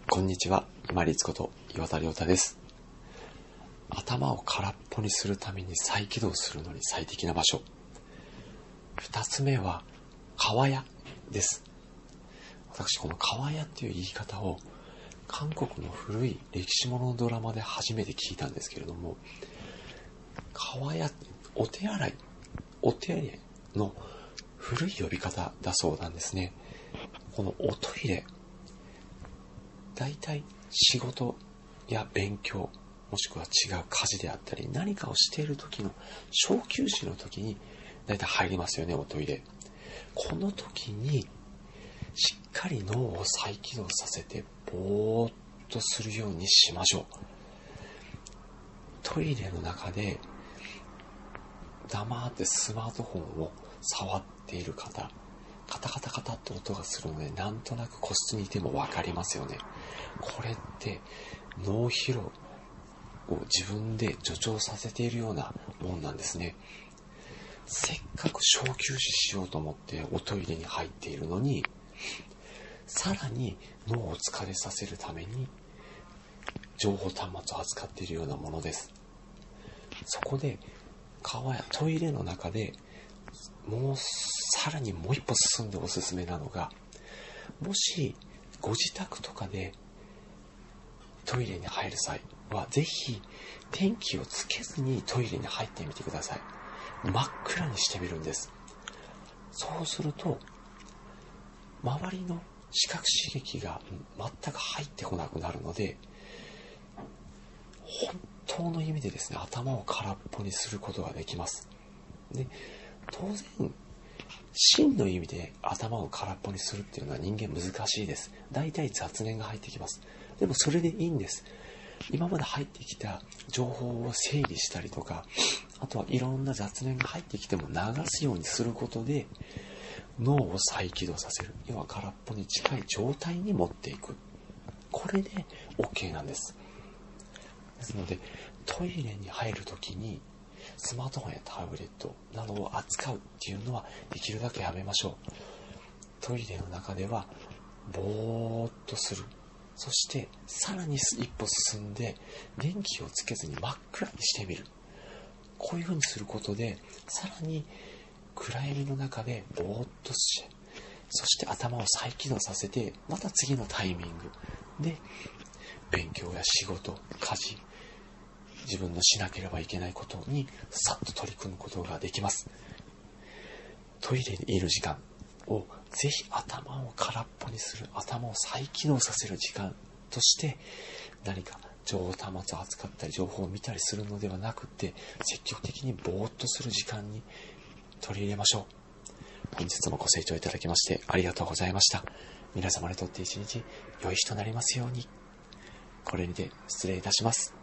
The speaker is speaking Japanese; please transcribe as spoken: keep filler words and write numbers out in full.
こんにちは、今立こと岩田亮太です。頭を空っぽにするために再起動するのに最適な場所。二つ目は川屋です。私この川屋っていう言い方を韓国の古い歴史もののドラマで初めて聞いたんですけれども、川屋ってお手洗い、お手洗いの古い呼び方だそうなんですね。このおトイレ、大体仕事や勉強、もしくは違う家事であったり何かをしている時の小休止の時に大体入りますよね、おトイレ。この時にしっかり脳を再起動させてぼーっとするようにしましょう。トイレの中で黙ってスマートフォンを触っている方、カタカタカタって音がするのでなんとなく個室にいても分かりますよね。これって脳疲労を自分で助長させているようなもんなんですね。せっかく小休止しようと思っておトイレに入っているのに、さらに脳を疲れさせるために情報端末を扱っているようなものです。そこで川やトイレの中でもうさらにもう一歩進んでおすすめなのが、もしご自宅とかでトイレに入る際はぜひ電気をつけずにトイレに入ってみてください。真っ暗にしてみるんです。そうすると周りの視覚刺激が全く入ってこなくなるので、本当の意味でですね、頭を空っぽにすることができます。で、当然真の意味で頭を空っぽにするっていうのは人間難しいです。大体雑念が入ってきます。でもそれでいいんです。今まで入ってきた情報を整理したりとか、あとはいろんな雑念が入ってきても流すようにすることで脳を再起動させる、要は空っぽに近い状態に持っていく。これで OK なんです。ですのでトイレに入るときにスマートフォンやタブレットなどを扱うっていうのはできるだけやめましょう。トイレの中ではぼーっとする。そしてさらに一歩進んで電気をつけずに真っ暗にしてみる。こういうふうにすることでさらに暗闇の中でぼーっとして、そして頭を再起動させて、また次のタイミングで勉強や仕事、家事、自分のしなければいけないことにさっと取り組むことができます。トイレにいる時間をぜひ頭を空っぽにする、頭を再起動させる時間として何か情報端末を扱ったり情報を見たりするのではなくて、積極的にぼーっとする時間に取り入れましょう。本日もご清聴いただきましてありがとうございました。皆様にとって一日良い日となりますように。これにて失礼いたします。